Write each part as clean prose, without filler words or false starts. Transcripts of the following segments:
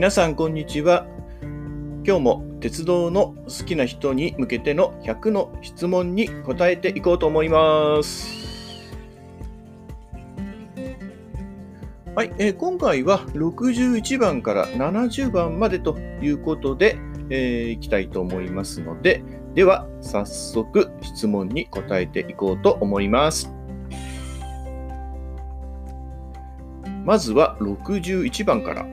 皆さんこんにちは。今日も鉄道の好きな人に向けての100の質問に答えていこうと思います。はい、今回は61番から70番までということで、いきたいと思いますので、では早速質問に答えていこうと思います。まずは61番から。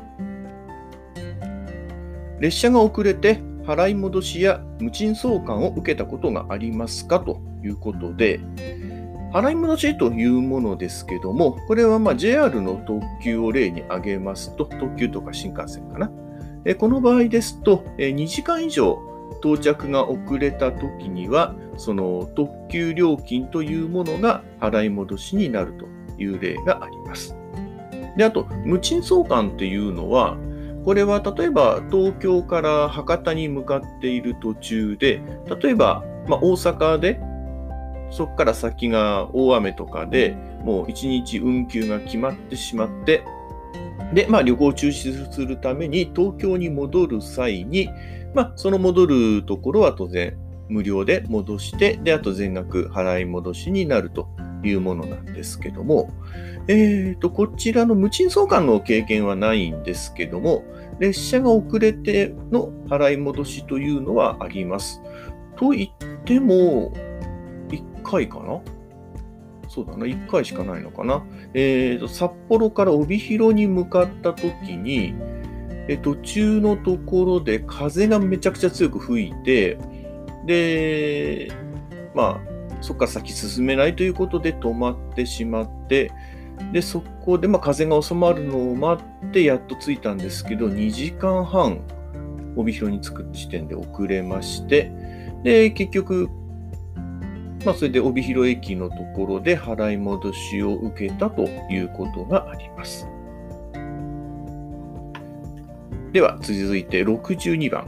列車が遅れて払い戻しや無賃送還を受けたことがありますかということで、払い戻しというものですけども、これはJR の特急を例に挙げますと、特急とか新幹線かな。この場合ですと、2時間以上到着が遅れた時には、その特急料金というものが払い戻しになるという例があります。で、あと、無賃送還っていうのは、これは例えば東京から博多に向かっている途中で、例えば大阪でそこから先が大雨とかでもう1日運休が決まってしまって、で、旅行中止するために東京に戻る際に、その戻るところは当然無料で戻して、で、あと全額払い戻しになるというものなんですけども、こちらの無賃送還の経験はないんですけども、列車が遅れての払い戻しというのはあります。と言っても、1回かな？そうだな、1回しかないのかな。札幌から帯広に向かった時に、途中のところで風がめちゃくちゃ強く吹いて、で、そこから先進めないということで止まってしまって、で、そこで風が収まるのを待ってやっと着いたんですけど、2時間半帯広に着く時点で遅れまして、で、結局、それで帯広駅のところで払い戻しを受けたということがあります。では、続いて62番。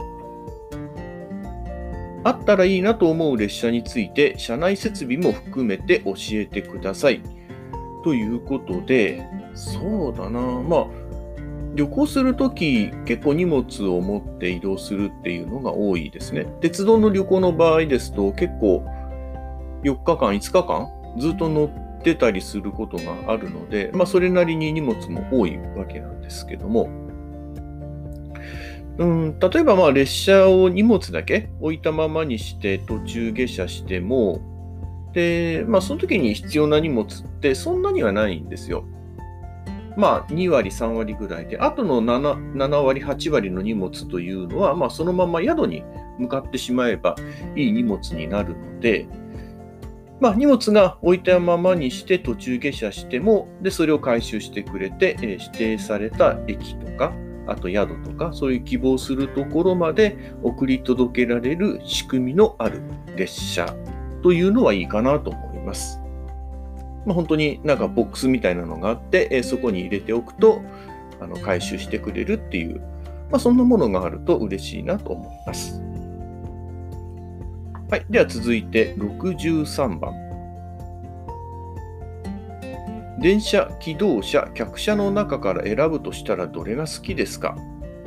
あったらいいなと思う列車について、車内設備も含めて教えてください。ということで、そうだな、旅行するとき結構荷物を持って移動するっていうのが多いですね。鉄道の旅行の場合ですと結構4日間、5日間ずっと乗ってたりすることがあるので、それなりに荷物も多いわけなんですけども、例えば列車を荷物だけ置いたままにして途中下車しても、で、その時に必要な荷物ってそんなにはないんですよ。2割、3割ぐらいで、あとの 7割、8割の荷物というのは、そのまま宿に向かってしまえばいい荷物になるので、荷物が置いたままにして途中下車しても、で、それを回収してくれて、指定された駅とか、あと宿とか、そういう希望するところまで送り届けられる仕組みのある列車というのはいいかなと思います。本当にボックスみたいなのがあって、そこに入れておくと回収してくれるっていう、そんなものがあると嬉しいなと思います。はい、では続いて63番。電車、気動車、客車の中から選ぶとしたらどれが好きですか？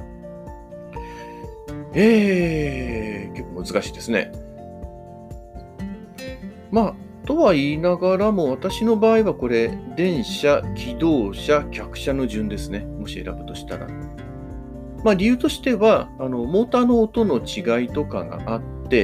結構難しいですね。とは言いながらも、私の場合はこれ、電車、気動車、客車の順ですね。もし選ぶとしたら。理由としては、モーターの音の違いとかがあって、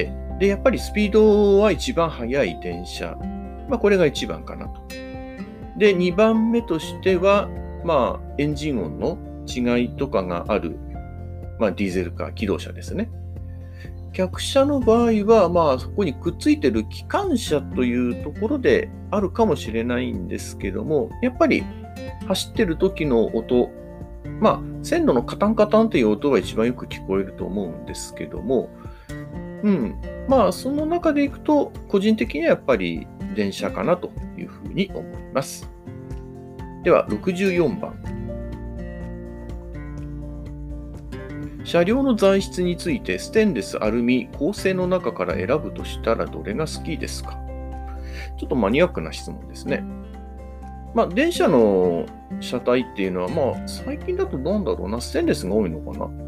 で、やっぱりスピードは一番速い電車。これが一番かなと。で、2番目としては、エンジン音の違いとかがある、ディーゼルカー、気動車ですね。客車の場合は、そこにくっついてる機関車というところであるかもしれないんですけども、やっぱり走ってる時の音、線路のカタンカタンという音が一番よく聞こえると思うんですけども、その中でいくと、個人的にはやっぱり電車かなというふうに思います。では、64番。車両の材質についてステンレス、アルミ、鋼製の中から選ぶとしたらどれが好きですか？ちょっとマニアックな質問ですね。 電車の車体っていうのは、最近だとなんだろうな、ステンレスが多いのかな。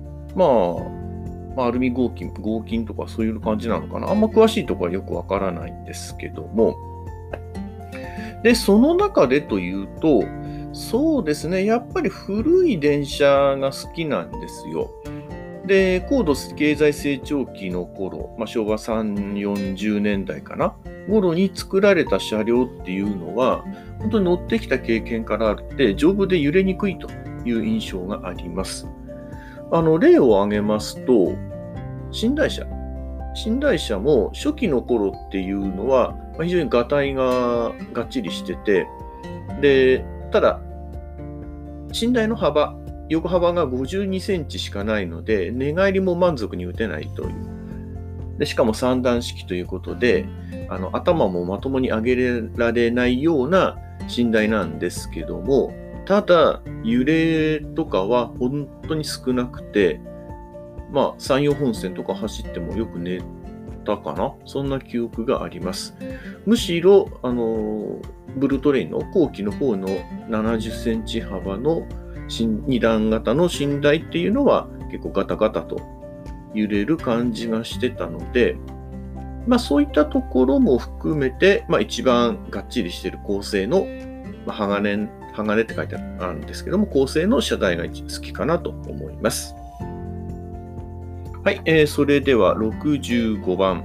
アルミ合金とかそういう感じなのかな。あんま詳しいところはよくわからないんですけども。で、その中でというと、そうですね、やっぱり古い電車が好きなんですよ。で、高度経済成長期の頃、昭和3、40年代かな、頃に作られた車両っていうのは、本当に乗ってきた経験からあって丈夫で揺れにくいという印象があります。例を挙げますと、寝台車。寝台車も初期の頃っていうのは、非常にがたいががっちりしてて、で、ただ、寝台の横幅が52センチしかないので、寝返りも満足に打てないという。で、しかも3段式ということで、頭もまともに上げられないような寝台なんですけども、ただ、揺れとかは本当に少なくて、山陽本線とか走ってもよく寝たかな、そんな記憶があります。むしろ、ブルートレインの後期の方の70センチ幅の2段型の寝台っていうのは結構ガタガタと揺れる感じがしてたので、そういったところも含めて、一番がっちりしている高性の、鋼って書いてあるんですけども、高性の車台が好きかなと思います。はい、それでは65番。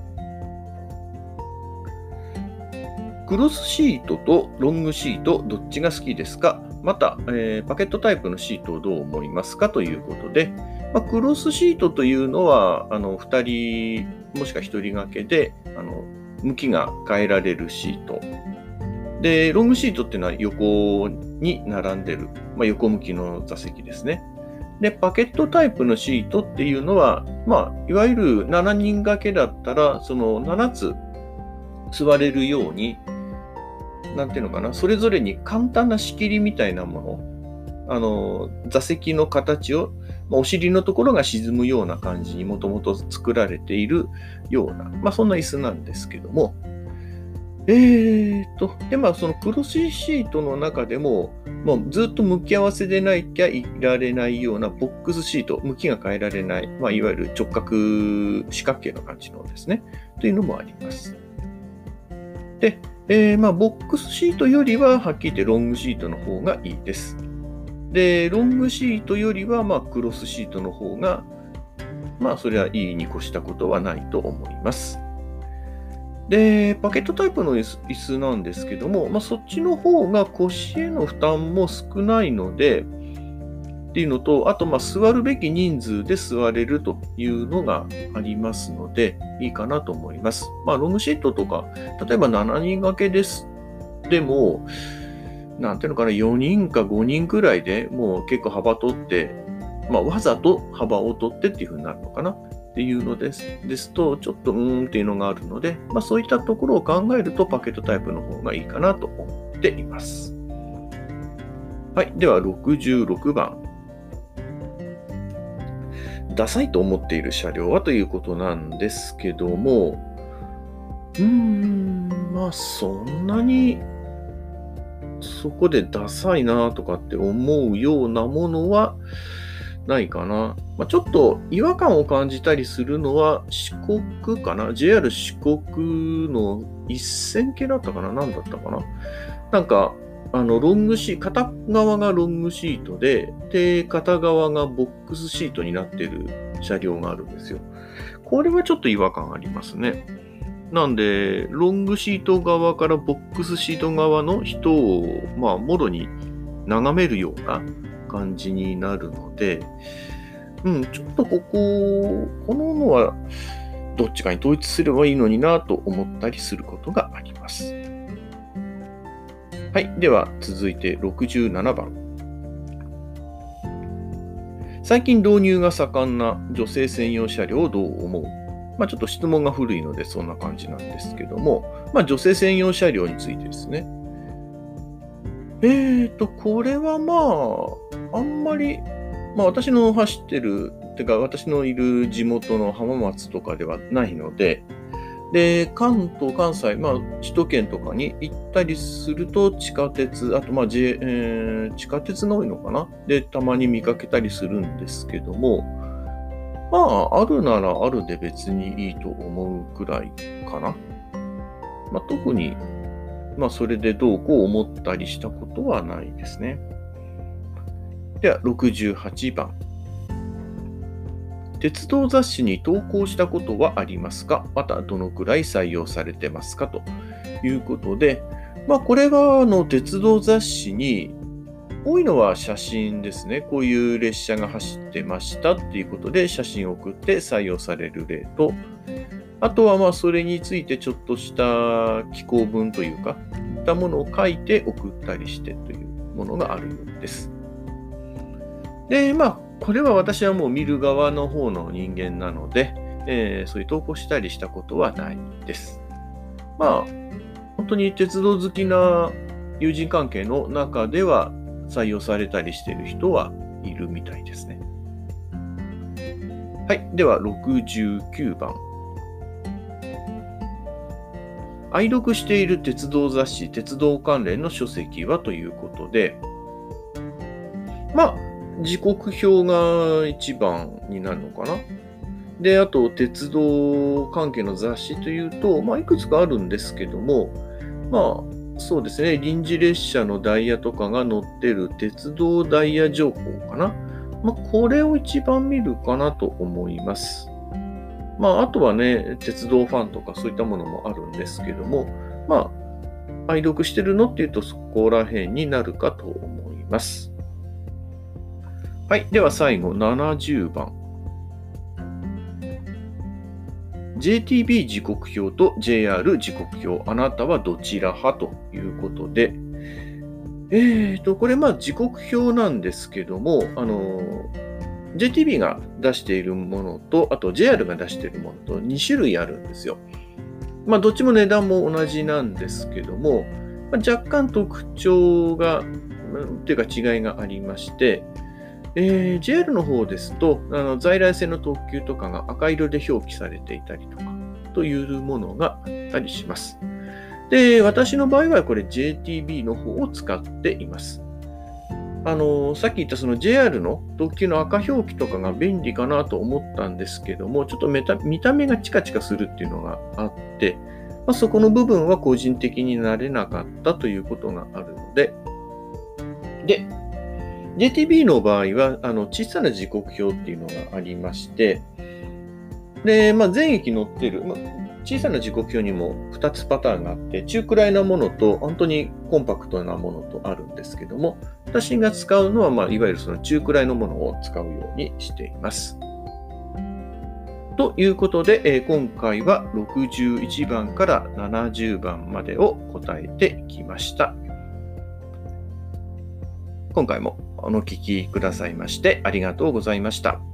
クロスシートとロングシート、どっちが好きですか？また、パケットタイプのシートをどう思いますかということで、クロスシートというのは、2人、もしくは1人掛けで、向きが変えられるシート。で、ロングシートっていうのは横に並んでる、横向きの座席ですね。で、パケットタイプのシートっていうのは、いわゆる7人掛けだったら、その7つ座れるように、なんていうのかな、それぞれに簡単な仕切りみたいなもの、座席の形を、お尻のところが沈むような感じにもともと作られているような、そんな椅子なんですけども、で、そのクロスシートの中でも、もうずっと向き合わせでなきゃいられないようなボックスシート、向きが変えられない、いわゆる直角四角形の感じのですね、というのもあります。で、ボックスシートよりは、はっきり言ってロングシートの方がいいです。で、ロングシートよりは、クロスシートの方が、それはいいに越したことはないと思います。で、パケットタイプの椅子なんですけども、そっちの方が腰への負担も少ないので、っていうのと、あと、座るべき人数で座れるというのがありますので、いいかなと思います。ロングシートとか、例えば7人掛けです。でも、なんていうのかな、4人か5人くらいでもう結構幅取って、わざと幅を取ってっていう風になるのかなっていうのですと、ちょっとっていうのがあるので、そういったところを考えるとパケットタイプの方がいいかなと思っています。はい。では、66番。ダサいと思っている車両はということなんですけども、そんなにそこでダサいなとかって思うようなものはないかな。ちょっと違和感を感じたりするのは四国かな。JR 四国の一線系だったかな。何だったかな。なんか、ロングシート、片側がロングシートで、片側がボックスシートになっている車両があるんですよ。これはちょっと違和感ありますね。なんで、ロングシート側からボックスシート側の人を、もろに眺めるような感じになるので、ちょっとこのは、どっちかに統一すればいいのになと思ったりすることがあります。はい。では、続いて67番。最近導入が盛んな女性専用車両をどう思う？ちょっと質問が古いのでそんな感じなんですけども、女性専用車両についてですね。これはあんまり、私の走ってる、てか私のいる地元の浜松とかではないので、 で、関東、関西、首都圏とかに行ったりすると、地下鉄、あと、地下鉄が多いのかなで、たまに見かけたりするんですけども、あるならあるで別にいいと思うくらいかな。特に、それでどうこう思ったりしたことはないですね。では、68番。鉄道雑誌に投稿したことはありますか？また、どのくらい採用されてますか？ということで、これが鉄道雑誌に、多いのは写真ですね。こういう列車が走ってましたっていうことで写真を送って採用される例と、あとはそれについてちょっとした寄稿文というか、いったものを書いて送ったりしてというものがあるようです。で、これは私はもう見る側の方の人間なので、そういう投稿したりしたことはないです。本当に鉄道好きな友人関係の中では採用されたりしている人はいるみたいですね。はい。では、69番。愛読している鉄道雑誌、鉄道関連の書籍はということで、時刻表が一番になるのかな。で、あと、鉄道関係の雑誌というと、いくつかあるんですけども、そうですね、臨時列車のダイヤとかが載ってる鉄道ダイヤ情報かな。これを一番見るかなと思います。あとはね、鉄道ファンとかそういったものもあるんですけども、愛読してるのっていうとそこら辺になるかと思います。はい。では最後、70番。JTB 時刻表と JR 時刻表、あなたはどちら派ということで、これ時刻表なんですけども、JTB が出しているものと、あと JR が出しているものと2種類あるんですよ。どっちも値段も同じなんですけども、若干特徴が、というか違いがありまして、JR の方ですと、在来線の特急とかが赤色で表記されていたりとか、というものがあったりします。で、私の場合はこれ JTB の方を使っています。さっき言ったその JR の特急の赤表記とかが便利かなと思ったんですけども、ちょっと見た目がチカチカするっていうのがあって、そこの部分は個人的になれなかったということがあるので、JTB の場合は、小さな時刻表っていうのがありまして、で、全駅載ってる、小さな時刻表にも2つパターンがあって、中くらいなものと、本当にコンパクトなものとあるんですけども、私が使うのは、いわゆるその中くらいのものを使うようにしています。ということで、今回は61番から70番までを答えていきました。今回もお聞きくださいましてありがとうございました。